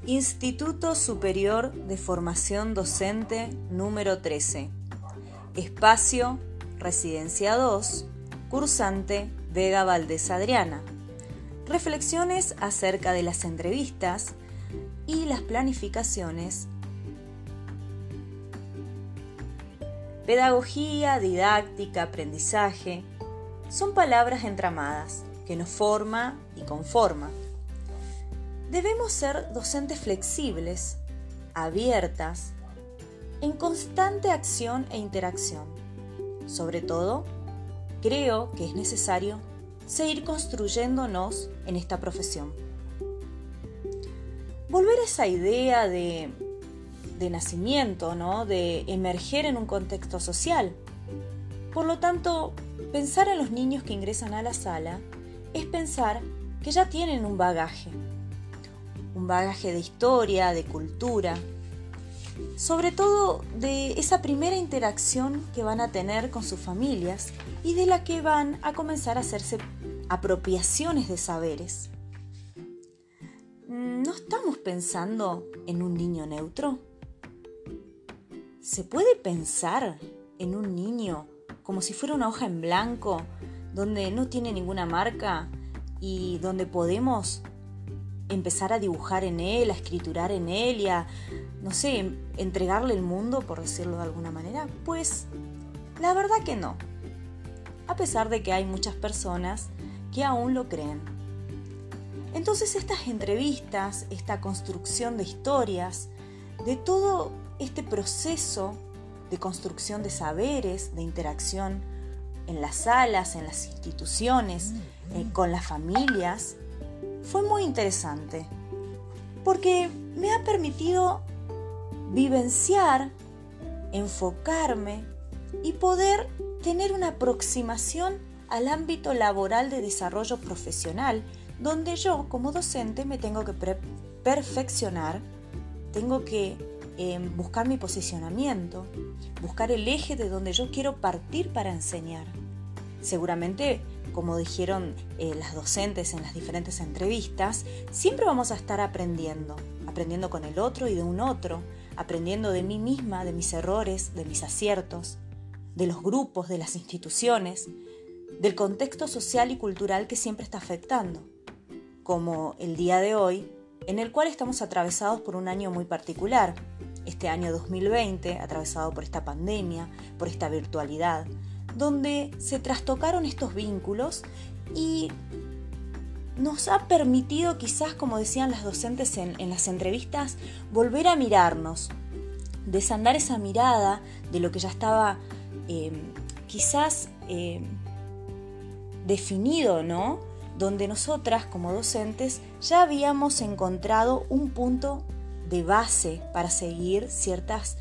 Instituto Superior de Formación Docente número 13. Espacio Residencia 2, cursante Vega Valdés Adriana. Reflexiones acerca de las entrevistas y las planificaciones. Pedagogía, didáctica, aprendizaje son palabras entramadas que nos forma y conforma. Debemos ser docentes flexibles, abiertas, en constante acción e interacción. Sobre todo, creo que es necesario seguir construyéndonos en esta profesión. Volver a esa idea de nacimiento, ¿no? De emerger en un contexto social. Por lo tanto, pensar en los niños que ingresan a la sala es pensar que ya tienen un bagaje de historia, de cultura, sobre todo de esa primera interacción que van a tener con sus familias y de la que van a comenzar a hacerse apropiaciones de saberes. ¿No estamos pensando en un niño neutro? ¿Se puede pensar en un niño como si fuera una hoja en blanco, donde no tiene ninguna marca y donde podemos empezar a dibujar en él, a escriturar en él y a, entregarle el mundo, por decirlo de alguna manera? Pues la verdad que no, a pesar de que hay muchas personas que aún lo creen. Entonces estas entrevistas, esta construcción de historias, de todo este proceso de construcción de saberes, de interacción en las salas, en las instituciones, con las familias, fue muy interesante, porque me ha permitido vivenciar, enfocarme y poder tener una aproximación al ámbito laboral de desarrollo profesional, donde yo como docente me tengo que perfeccionar, tengo que buscar mi posicionamiento, buscar el eje de donde yo quiero partir para enseñar. Seguramente, como dijeron las docentes en las diferentes entrevistas, siempre vamos a estar aprendiendo con el otro y de un otro, aprendiendo de mí misma, de mis errores, de mis aciertos, de los grupos, de las instituciones, del contexto social y cultural que siempre está afectando, como el día de hoy, en el cual estamos atravesados por un año muy particular, este año 2020, atravesado por esta pandemia, por esta virtualidad, donde se trastocaron estos vínculos y nos ha permitido, quizás, como decían las docentes en las entrevistas, volver a mirarnos, desandar esa mirada de lo que ya estaba definido, ¿no? Donde nosotras, como docentes, ya habíamos encontrado un punto de base para seguir ciertas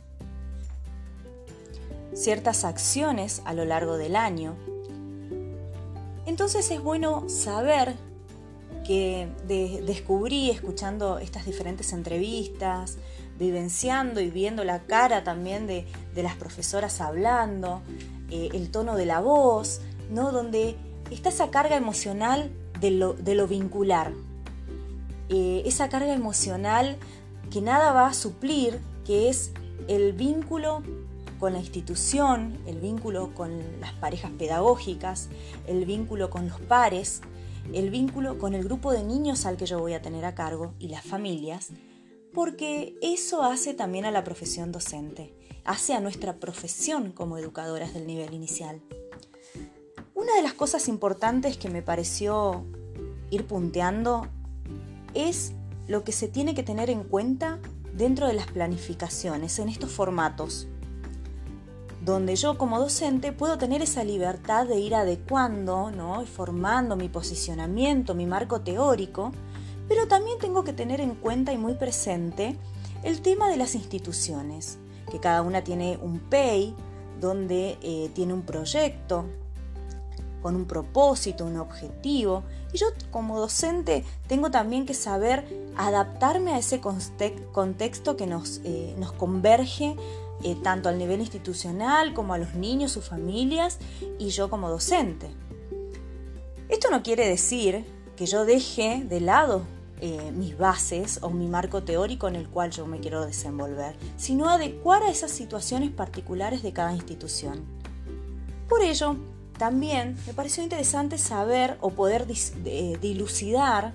acciones a lo largo del año. Entonces es bueno saber que descubrí, escuchando estas diferentes entrevistas, vivenciando y viendo la cara también de las profesoras hablando, el tono de la voz, ¿no? Donde está esa carga emocional de lo vincular, esa carga emocional que nada va a suplir, que es el vínculo con la institución, el vínculo con las parejas pedagógicas, el vínculo con los pares, el vínculo con el grupo de niños al que yo voy a tener a cargo y las familias, porque eso hace también a la profesión docente, hace a nuestra profesión como educadoras del nivel inicial. Una de las cosas importantes que me pareció ir punteando es lo que se tiene que tener en cuenta dentro de las planificaciones, en estos formatos, donde yo como docente puedo tener esa libertad de ir adecuando, ¿no? Y formando mi posicionamiento, mi marco teórico, pero también tengo que tener en cuenta y muy presente el tema de las instituciones, que cada una tiene un PEI, donde tiene un proyecto, con un propósito, un objetivo, y yo como docente tengo también que saber adaptarme a ese contexto que nos converge tanto al nivel institucional como a los niños, sus familias y yo como docente. Esto no quiere decir que yo deje de lado mis bases o mi marco teórico en el cual yo me quiero desenvolver, sino adecuar a esas situaciones particulares de cada institución. Por ello, también me pareció interesante saber o poder dilucidar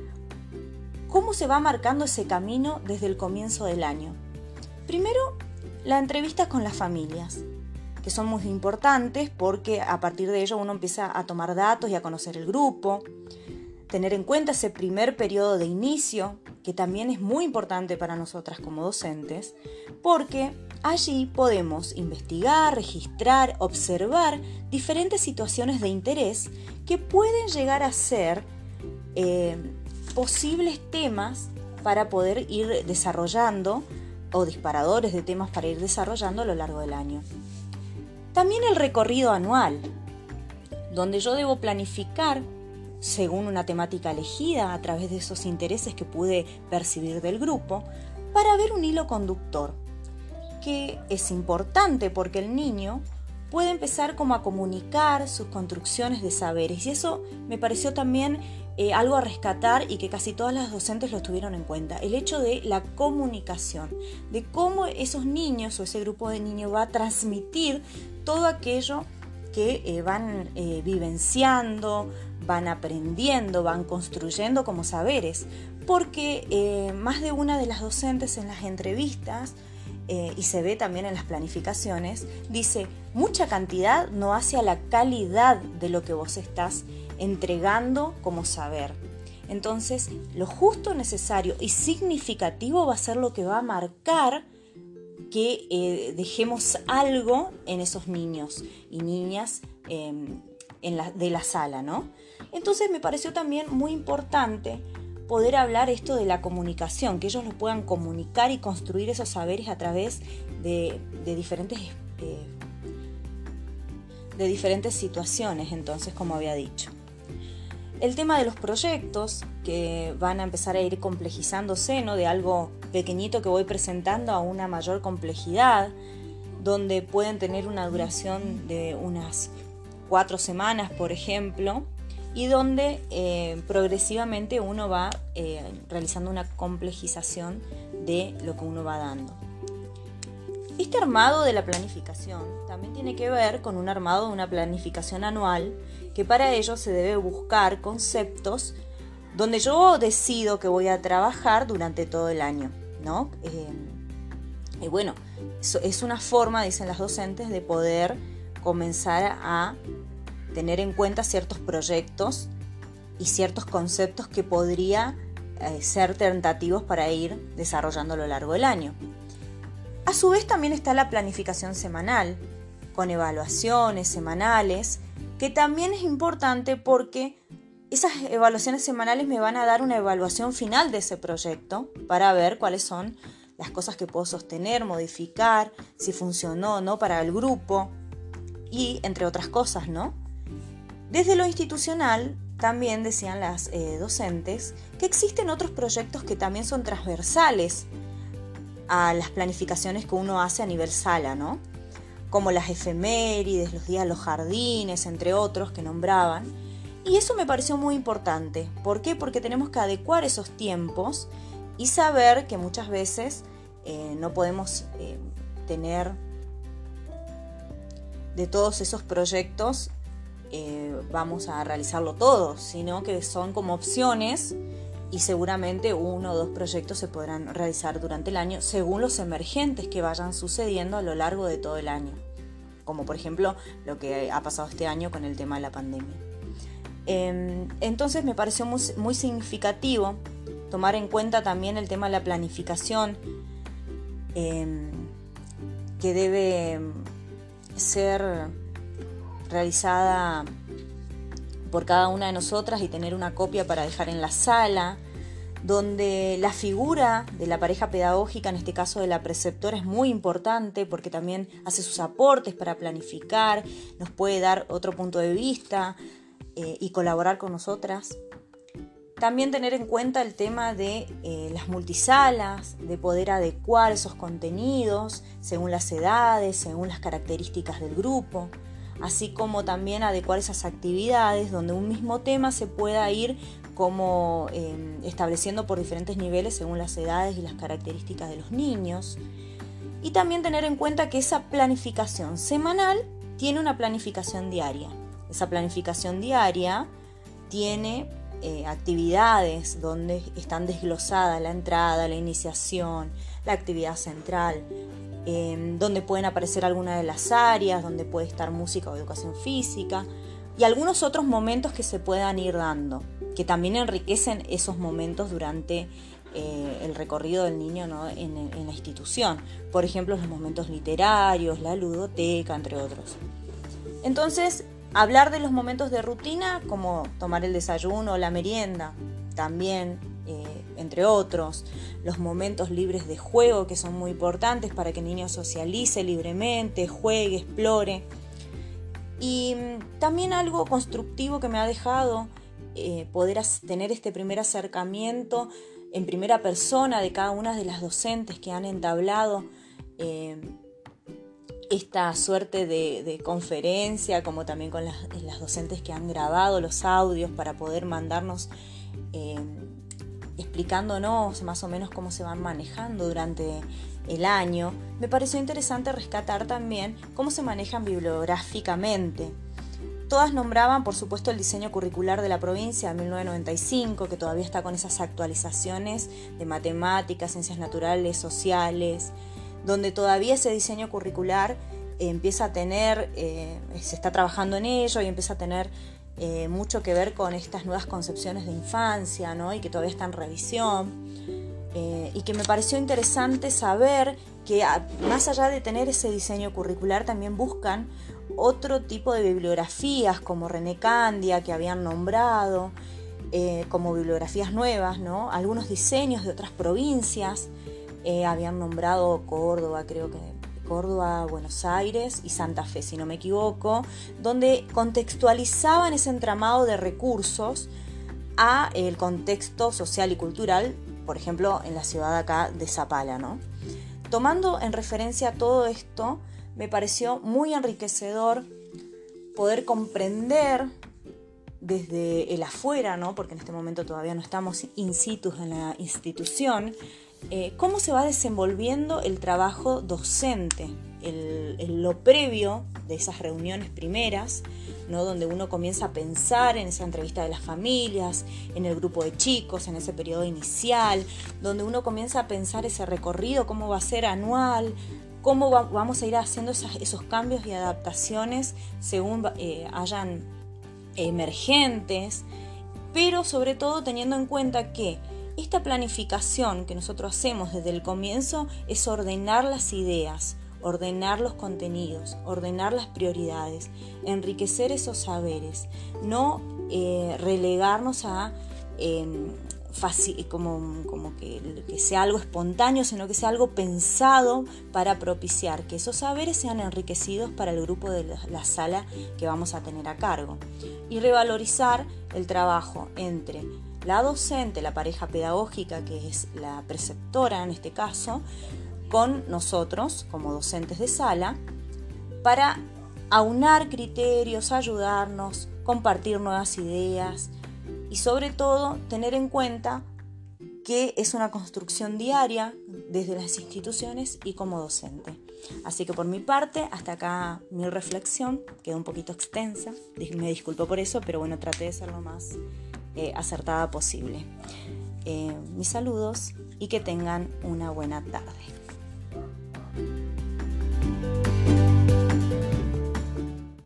cómo se va marcando ese camino desde el comienzo del año. Primero, la entrevista con las familias, que son muy importantes porque a partir de ello uno empieza a tomar datos y a conocer el grupo. Tener en cuenta ese primer periodo de inicio, que también es muy importante para nosotras como docentes, porque allí podemos investigar, registrar, observar diferentes situaciones de interés que pueden llegar a ser posibles temas para poder ir desarrollando o disparadores de temas para ir desarrollando a lo largo del año. También el recorrido anual, donde yo debo planificar según una temática elegida a través de esos intereses que pude percibir del grupo, para ver un hilo conductor, que es importante porque el niño puede empezar como a comunicar sus construcciones de saberes, y eso me pareció también algo a rescatar y que casi todas las docentes lo tuvieron en cuenta, el hecho de la comunicación, de cómo esos niños o ese grupo de niños va a transmitir todo aquello que van vivenciando, van aprendiendo, van construyendo como saberes, porque más de una de las docentes en las entrevistas, y se ve también en las planificaciones, dice, mucha cantidad no hace a la calidad de lo que vos estás entregando como saber. Entonces, lo justo, necesario y significativo va a ser lo que va a marcar que dejemos algo en esos niños y niñas de la sala, ¿no? Entonces me pareció también muy importante poder hablar esto de la comunicación, que ellos lo puedan comunicar y construir esos saberes a través de diferentes situaciones, entonces, como había dicho. El tema de los proyectos, que van a empezar a ir complejizándose, ¿no? De algo pequeñito que voy presentando a una mayor complejidad, donde pueden tener una duración de unas 4 semanas, por ejemplo, y donde progresivamente uno va realizando una complejización de lo que uno va dando. Este armado de la planificación también tiene que ver con un armado de una planificación anual, que para ello se debe buscar conceptos donde yo decido que voy a trabajar durante todo el año, ¿no? Y bueno, es una forma, dicen las docentes, de poder comenzar a tener en cuenta ciertos proyectos y ciertos conceptos que podría ser tentativos para ir desarrollando a lo largo del año. A su vez también está la planificación semanal, con evaluaciones semanales, que también es importante porque esas evaluaciones semanales me van a dar una evaluación final de ese proyecto para ver cuáles son las cosas que puedo sostener, modificar, si funcionó o no para el grupo y entre otras cosas, ¿no? Desde lo institucional, también decían las docentes que existen otros proyectos que también son transversales a las planificaciones que uno hace a nivel sala, ¿no? Como las efemérides, los días de los jardines, entre otros que nombraban. Y eso me pareció muy importante. ¿Por qué? Porque tenemos que adecuar esos tiempos y saber que muchas veces no podemos tener de todos esos proyectos vamos a realizarlo todo, sino que son como opciones y seguramente 1 o 2 proyectos se podrán realizar durante el año según los emergentes que vayan sucediendo a lo largo de todo el año, como por ejemplo lo que ha pasado este año con el tema de la pandemia. Entonces me pareció muy significativo tomar en cuenta también el tema de la planificación que debe ser realizada por cada una de nosotras y tener una copia para dejar en la sala, donde la figura de la pareja pedagógica, en este caso de la preceptora, es muy importante porque también hace sus aportes para planificar, nos puede dar otro punto de vista y colaborar con nosotras. También tener en cuenta el tema de las multisalas, de poder adecuar esos contenidos según las edades, según las características del grupo, así como también adecuar esas actividades donde un mismo tema se pueda ir como estableciendo por diferentes niveles según las edades y las características de los niños. Y también tener en cuenta que esa planificación semanal tiene una planificación diaria. Esa planificación diaria tiene actividades donde están desglosadas la entrada, la iniciación, la actividad central, donde pueden aparecer algunas de las áreas, donde puede estar música o educación física y algunos otros momentos que se puedan ir dando, que también enriquecen esos momentos durante el recorrido del niño, ¿no? en la institución. Por ejemplo, los momentos literarios, la ludoteca, entre otros. Entonces, hablar de los momentos de rutina, como tomar el desayuno o la merienda, también, entre otros. Los momentos libres de juego, que son muy importantes para que el niño socialice libremente, juegue, explore. Y también algo constructivo que me ha dejado poder tener este primer acercamiento en primera persona de cada una de las docentes que han entablado esta suerte de conferencia, como también con las docentes que han grabado los audios para poder mandarnos explicándonos más o menos cómo se van manejando durante el año. Me pareció interesante rescatar también cómo se manejan bibliográficamente. Todas nombraban, por supuesto, el diseño curricular de la provincia de 1995, que todavía está con esas actualizaciones de matemáticas, ciencias naturales, sociales, donde todavía ese diseño curricular empieza a tener, se está trabajando en ello y empieza a tener mucho que ver con estas nuevas concepciones de infancia, ¿no? Y que todavía está en revisión. Y que me pareció interesante saber que más allá de tener ese diseño curricular también buscan otro tipo de bibliografías como René Candia, que habían nombrado, como bibliografías nuevas, ¿no? Algunos diseños de otras provincias, habían nombrado Córdoba, creo que Córdoba, Buenos Aires y Santa Fe, si no me equivoco, donde contextualizaban ese entramado de recursos a el contexto social y cultural, por ejemplo, en la ciudad acá de Zapala, ¿no? Tomando en referencia todo esto, me pareció muy enriquecedor poder comprender desde el afuera, ¿no? Porque en este momento todavía no estamos in situ en la institución, cómo se va desenvolviendo el trabajo docente, lo previo de esas reuniones primeras, ¿no? Donde uno comienza a pensar en esa entrevista de las familias, en el grupo de chicos, en ese periodo inicial, donde uno comienza a pensar ese recorrido, cómo va a ser anual, cómo vamos a ir haciendo esos cambios y adaptaciones según hayan emergentes, pero sobre todo teniendo en cuenta que esta planificación que nosotros hacemos desde el comienzo es ordenar las ideas, ordenar los contenidos, ordenar las prioridades, enriquecer esos saberes, no relegarnos a como que sea algo espontáneo, sino que sea algo pensado para propiciar que esos saberes sean enriquecidos para el grupo de la sala que vamos a tener a cargo. Y revalorizar el trabajo entre la docente, la pareja pedagógica, que es la preceptora en este caso, con nosotros como docentes de sala, para aunar criterios, ayudarnos, compartir nuevas ideas y sobre todo tener en cuenta que es una construcción diaria desde las instituciones y como docente. Así que por mi parte, hasta acá mi reflexión, quedó un poquito extensa, me disculpo por eso, pero bueno, traté de ser lo más acertada posible. Mis saludos y que tengan una buena tarde.